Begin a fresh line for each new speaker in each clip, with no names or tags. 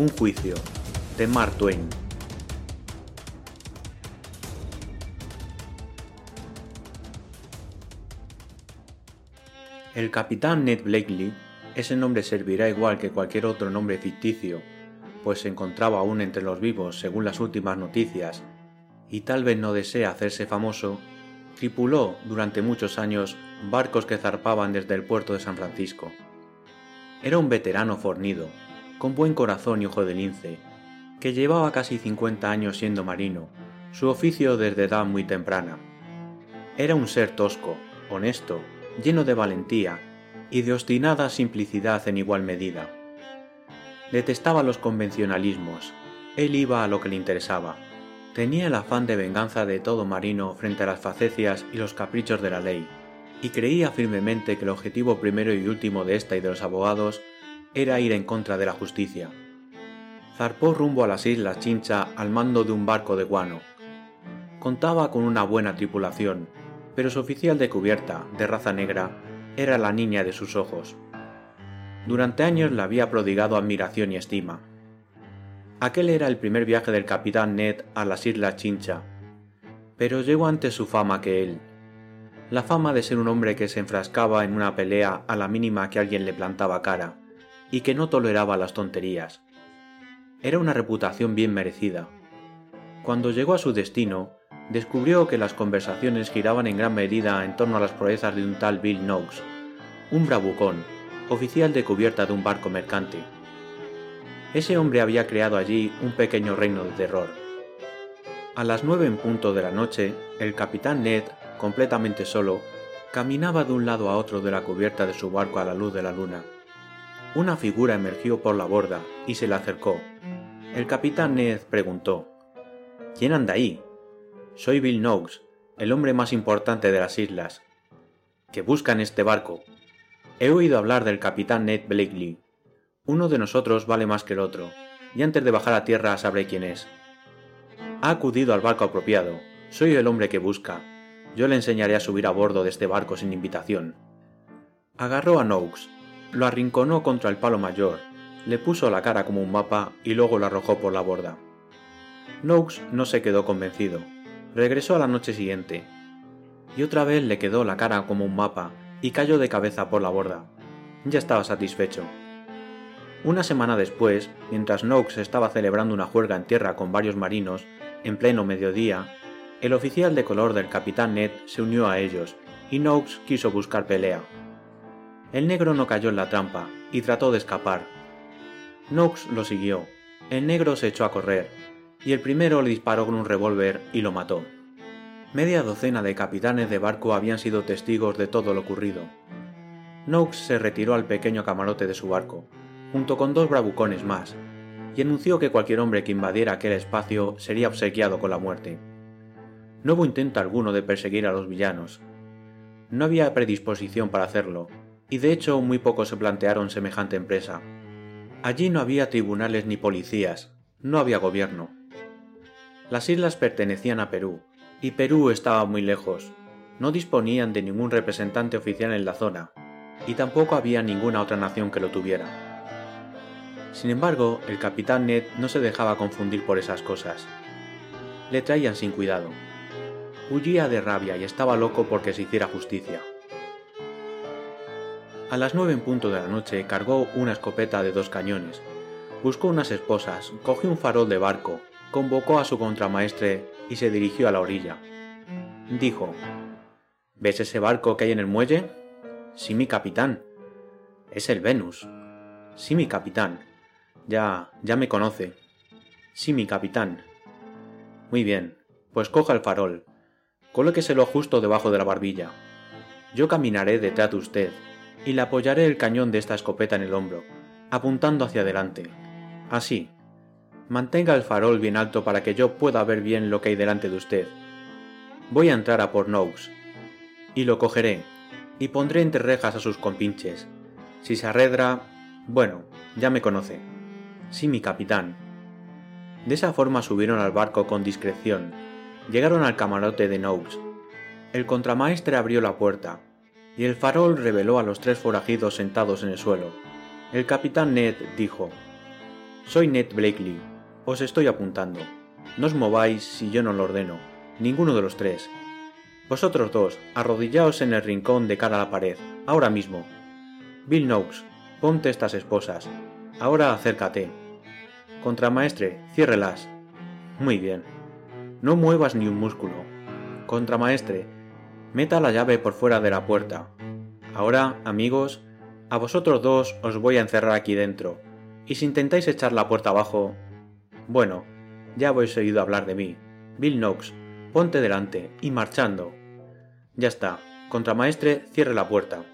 Un juicio, de Mark Twain. El capitán Ned Blakely, ese nombre servirá igual que cualquier otro nombre ficticio, pues se encontraba aún entre los vivos según las últimas noticias, y tal vez no desea hacerse famoso, tripuló durante muchos años barcos que zarpaban desde el puerto de San Francisco. Era un veterano fornido, con buen corazón y ojo de lince, que llevaba casi 50 años siendo marino, su oficio desde edad muy temprana. Era un ser tosco, honesto, lleno de valentía y de obstinada simplicidad en igual medida. Detestaba los convencionalismos, él iba a lo que le interesaba. Tenía el afán de venganza de todo marino frente a las facecias y los caprichos de la ley, y creía firmemente que el objetivo primero y último de esta y de los abogados era ir en contra de la justicia. Zarpó rumbo a las Islas Chincha al mando de un barco de guano. Contaba con una buena tripulación, pero su oficial de cubierta, de raza negra, era la niña de sus ojos. Durante años le había prodigado admiración y estima. Aquel era el primer viaje del capitán Ned a las Islas Chincha, pero llegó antes su fama que él. La fama de ser un hombre que se enfrascaba en una pelea a la mínima que alguien le plantaba cara, y que no toleraba las tonterías. Era una reputación bien merecida. Cuando llegó a su destino, descubrió que las conversaciones giraban en gran medida en torno a las proezas de un tal Bill Knox, un bravucón, oficial de cubierta de un barco mercante. Ese hombre había creado allí un pequeño reino de terror. A las 9 en punto de la noche, el capitán Ned, completamente solo, caminaba de un lado a otro de la cubierta de su barco a la luz de la luna. Una figura emergió por la borda y se le acercó. El capitán Ned preguntó: «¿Quién anda ahí?» «Soy Bill Knox, el hombre más importante de las islas». «¿Qué busca en este barco?» «He oído hablar del capitán Ned Blakely. Uno de nosotros vale más que el otro, y antes de bajar a tierra sabré quién es. Ha acudido al barco apropiado. Soy el hombre que busca. Yo le enseñaré a subir a bordo de este barco sin invitación». Agarró a Knox, lo arrinconó contra el palo mayor, le puso la cara como un mapa y luego lo arrojó por la borda. Knox no se quedó convencido. Regresó a la noche siguiente, y otra vez le quedó la cara como un mapa y cayó de cabeza por la borda. Ya estaba satisfecho. Una semana después, mientras Knox estaba celebrando una juerga en tierra con varios marinos, en pleno mediodía, el oficial de color del capitán Ned se unió a ellos, y Knox quiso buscar pelea. El negro no cayó en la trampa, y trató de escapar. Knox lo siguió. El negro se echó a correr, y el primero le disparó con un revólver y lo mató. Media docena de capitanes de barco habían sido testigos de todo lo ocurrido. Knox se retiró al pequeño camarote de su barco, junto con 2 bravucones más, y anunció que cualquier hombre que invadiera aquel espacio sería obsequiado con la muerte. No hubo intento alguno de perseguir a los villanos. No había predisposición para hacerlo, y de hecho muy pocos se plantearon semejante empresa. Allí no había tribunales ni policías, no había gobierno. Las islas pertenecían a Perú, y Perú estaba muy lejos. No disponían de ningún representante oficial en la zona, y tampoco había ninguna otra nación que lo tuviera. Sin embargo, el capitán Ned no se dejaba confundir por esas cosas. Le traían sin cuidado. Huía de rabia y estaba loco porque se hiciera justicia. A las 9 en punto de la noche cargó una escopeta de 2 cañones, buscó unas esposas, cogió un farol de barco, convocó a su contramaestre y se dirigió a la orilla. Dijo: «¿Ves ese barco que hay en el muelle?» «Sí, mi capitán». «Es el Venus». «Sí, mi capitán». Ya me conoce». «Sí, mi capitán». «Muy bien, pues coja el farol, colóqueselo justo debajo de la barbilla. Yo caminaré detrás de usted y le apoyaré el cañón de esta escopeta en el hombro, apuntando hacia adelante. Así. Mantenga el farol bien alto para que yo pueda ver bien lo que hay delante de usted. Voy a entrar a por Knox, y lo cogeré, y pondré entre rejas a sus compinches. Si se arredra, bueno, ya me conoce». «Sí, mi capitán». De esa forma subieron al barco con discreción. Llegaron al camarote de Knox. El contramaestre abrió la puerta, y el farol reveló a los 3 forajidos sentados en el suelo. El capitán Ned dijo: Soy Ned Blakely. Os estoy apuntando. No os mováis si yo no lo ordeno. Ninguno de los tres. Vosotros dos, arrodillaos en el rincón de cara a la pared, ahora mismo. Bill Knox, ponte estas esposas. Ahora acércate. Contramaestre, ciérrelas. Muy bien. No muevas ni un músculo. Contramaestre, meta la llave por fuera de la puerta. Ahora, amigos, a vosotros dos os voy a encerrar aquí dentro, y si intentáis echar la puerta abajo... Bueno, ya habéis oído hablar de mí. Bill Knox, ponte delante, y marchando. Ya está. Contramaestre, cierre la puerta.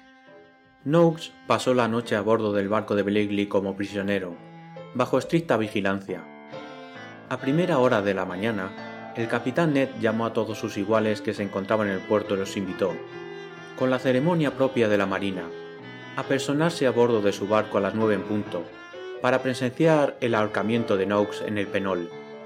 Knox pasó la noche a bordo del barco de Blakely como prisionero, bajo estricta vigilancia. A primera hora de la mañana, el capitán Ned llamó a todos sus iguales que se encontraban en el puerto y los invitó, con la ceremonia propia de la marina, a personarse a bordo de su barco a las 9 en punto, para presenciar el ahorcamiento de Knox en el Penol.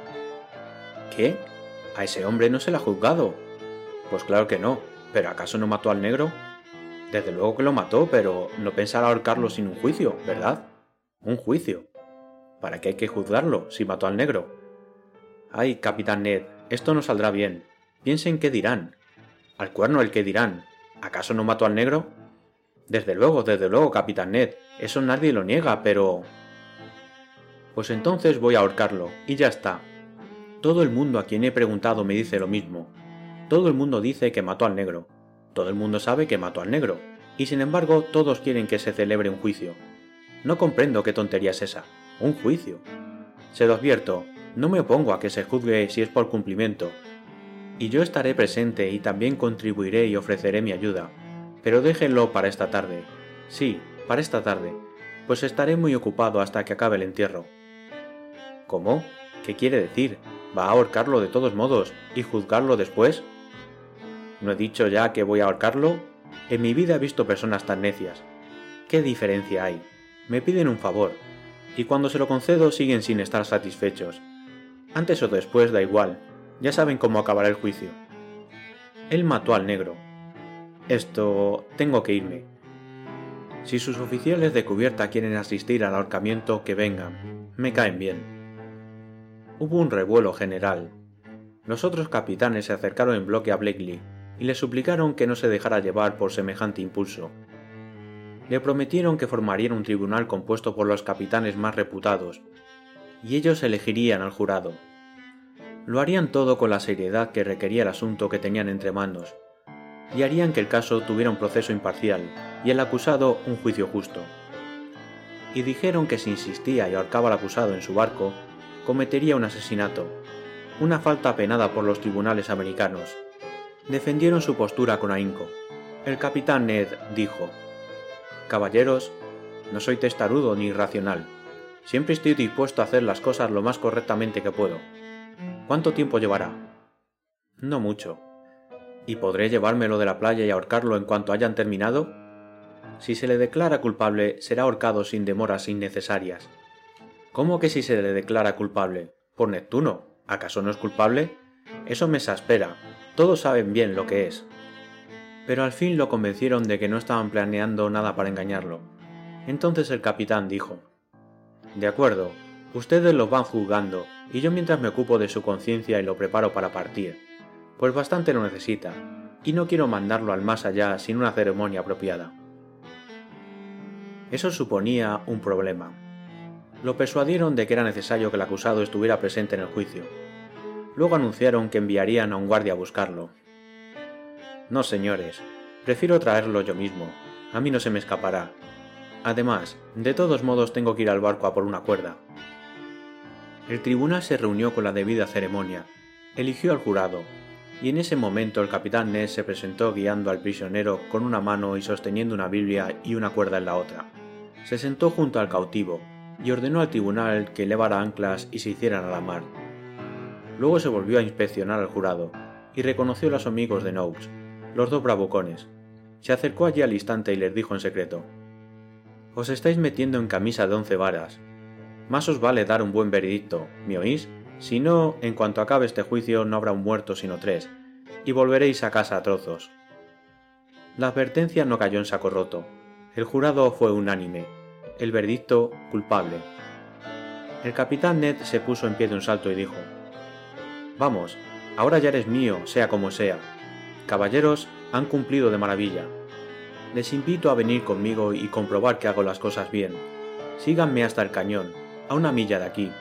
¿Qué? ¿A ese hombre no se le ha juzgado? Pues claro que no, ¿pero acaso no mató al negro? Desde luego que lo mató, pero no pensará ahorcarlo sin un juicio, ¿verdad? ¿Un juicio? ¿Para qué hay que juzgarlo si mató al negro? Ay, capitán Ned, esto no saldrá bien. Piensen qué dirán. Al cuerno el qué dirán. ¿Acaso no mató al negro? Desde luego, capitán Ned. Eso nadie lo niega, pero... Pues entonces voy a ahorcarlo, y ya está. Todo el mundo a quien he preguntado me dice lo mismo. Todo el mundo dice que mató al negro. Todo el mundo sabe que mató al negro. Y sin embargo, todos quieren que se celebre un juicio. No comprendo qué tontería es esa. Un juicio. Se lo advierto, no me opongo a que se juzgue si es por cumplimiento. Y yo estaré presente y también contribuiré y ofreceré mi ayuda. Pero déjenlo para esta tarde. Sí, para esta tarde. Pues estaré muy ocupado hasta que acabe el entierro. ¿Cómo? ¿Qué quiere decir? ¿Va a ahorcarlo de todos modos y juzgarlo después? ¿No he dicho ya que voy a ahorcarlo? En mi vida he visto personas tan necias. ¿Qué diferencia hay? Me piden un favor, y cuando se lo concedo siguen sin estar satisfechos. Antes o después da igual, ya saben cómo acabará el juicio. Él mató al negro. Tengo que irme. Si sus oficiales de cubierta quieren asistir al ahorcamiento, que vengan. Me caen bien. Hubo un revuelo general. Los otros capitanes se acercaron en bloque a Blakely y le suplicaron que no se dejara llevar por semejante impulso. Le prometieron que formarían un tribunal compuesto por los capitanes más reputados, y ellos elegirían al jurado. Lo harían todo con la seriedad que requería el asunto que tenían entre manos, y harían que el caso tuviera un proceso imparcial y el acusado un juicio justo. Y dijeron que si insistía y ahorcaba al acusado en su barco, cometería un asesinato, una falta penada por los tribunales americanos. Defendieron su postura con ahínco. El capitán Ned dijo: «Caballeros, no soy testarudo ni irracional. Siempre estoy dispuesto a hacer las cosas lo más correctamente que puedo. ¿Cuánto tiempo llevará?» «No mucho». «¿Y podré llevármelo de la playa y ahorcarlo en cuanto hayan terminado?» «Si se le declara culpable, será ahorcado sin demoras innecesarias». «¿Cómo que si se le declara culpable? Por Neptuno, ¿acaso no es culpable? Eso me exaspera. Todos saben bien lo que es». Pero al fin lo convencieron de que no estaban planeando nada para engañarlo. Entonces el capitán dijo: «De acuerdo, ustedes los van juzgando, y yo mientras me ocupo de su conciencia y lo preparo para partir, pues bastante lo necesita, y no quiero mandarlo al más allá sin una ceremonia apropiada». Eso suponía un problema. Lo persuadieron de que era necesario que el acusado estuviera presente en el juicio. Luego anunciaron que enviarían a un guardia a buscarlo. «No, señores, prefiero traerlo yo mismo. A mí no se me escapará. Además, de todos modos tengo que ir al barco a por una cuerda». El tribunal se reunió con la debida ceremonia, eligió al jurado, y en ese momento el capitán Ned se presentó guiando al prisionero con una mano y sosteniendo una Biblia y una cuerda en la otra. Se sentó junto al cautivo y ordenó al tribunal que elevara anclas y se hicieran a la mar. Luego se volvió a inspeccionar al jurado y reconoció a los amigos de Knox, los dos bravucones. Se acercó allí al instante y les dijo en secreto: «Os estáis metiendo en camisa de 11 varas. Más os vale dar un buen veredicto, ¿me oís? Si no, en cuanto acabe este juicio no habrá un muerto sino 3, y volveréis a casa a trozos». La advertencia no cayó en saco roto. El jurado fue unánime. El veredicto: culpable. El capitán Ned se puso en pie de un salto y dijo: «Vamos, ahora ya eres mío, sea como sea. Caballeros, han cumplido de maravilla. Les invito a venir conmigo y comprobar que hago las cosas bien. Síganme hasta el cañón, a 1 milla de aquí».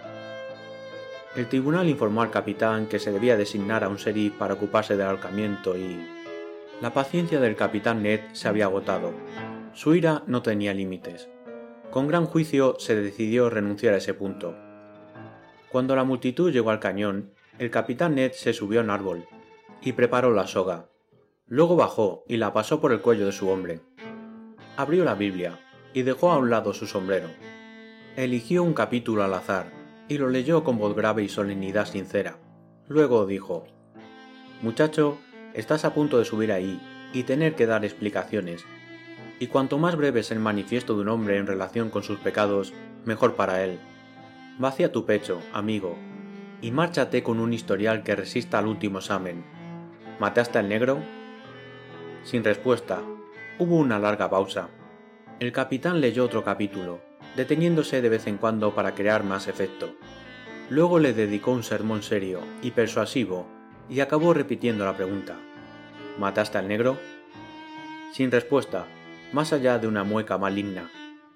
El tribunal informó al capitán que se debía designar a un sheriff para ocuparse del ahorcamiento y... La paciencia del capitán Ned se había agotado. Su ira no tenía límites. Con gran juicio se decidió renunciar a ese punto. Cuando la multitud llegó al cañón, el capitán Ned se subió a un árbol y preparó la soga. Luego bajó y la pasó por el cuello de su hombre. Abrió la Biblia y dejó a un lado su sombrero. Eligió un capítulo al azar y lo leyó con voz grave y solemnidad sincera. Luego dijo: «Muchacho, estás a punto de subir ahí y tener que dar explicaciones, y cuanto más breve es el manifiesto de un hombre en relación con sus pecados, mejor para él. Vacía tu pecho, amigo, y márchate con un historial que resista al último examen. ¿Mataste al negro?». Sin respuesta. Hubo una larga pausa. El capitán leyó otro capítulo, deteniéndose de vez en cuando para crear más efecto. Luego le dedicó un sermón serio y persuasivo y acabó repitiendo la pregunta: «¿Mataste al negro?». Sin respuesta, más allá de una mueca maligna.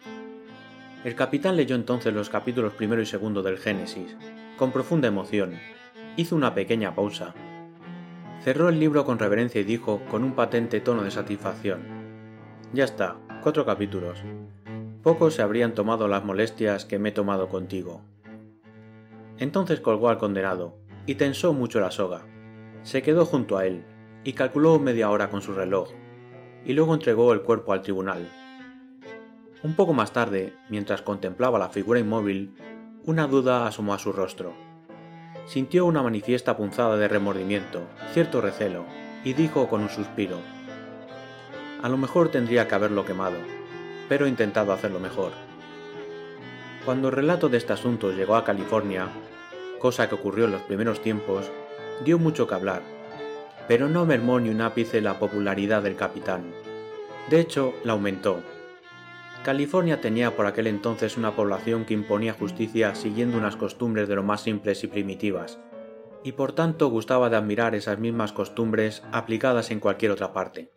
El capitán leyó entonces los capítulos 1 y 2 del Génesis, con profunda emoción. Hizo una pequeña pausa. Cerró el libro con reverencia y dijo con un patente tono de satisfacción: «Ya está, 4 capítulos. Pocos se habrían tomado las molestias que me he tomado contigo». Entonces colgó al condenado y tensó mucho la soga. Se quedó junto a él y calculó media hora con su reloj, y luego entregó el cuerpo al tribunal. Un poco más tarde, mientras contemplaba la figura inmóvil, una duda asomó a su rostro. Sintió una manifiesta punzada de remordimiento, cierto recelo, y dijo con un suspiro: «A lo mejor tendría que haberlo quemado, pero he intentado hacerlo mejor». Cuando el relato de este asunto llegó a California, cosa que ocurrió en los primeros tiempos, dio mucho que hablar, pero no mermó ni un ápice la popularidad del capitán. De hecho, la aumentó. California tenía por aquel entonces una población que imponía justicia siguiendo unas costumbres de lo más simples y primitivas, y por tanto gustaba de admirar esas mismas costumbres aplicadas en cualquier otra parte.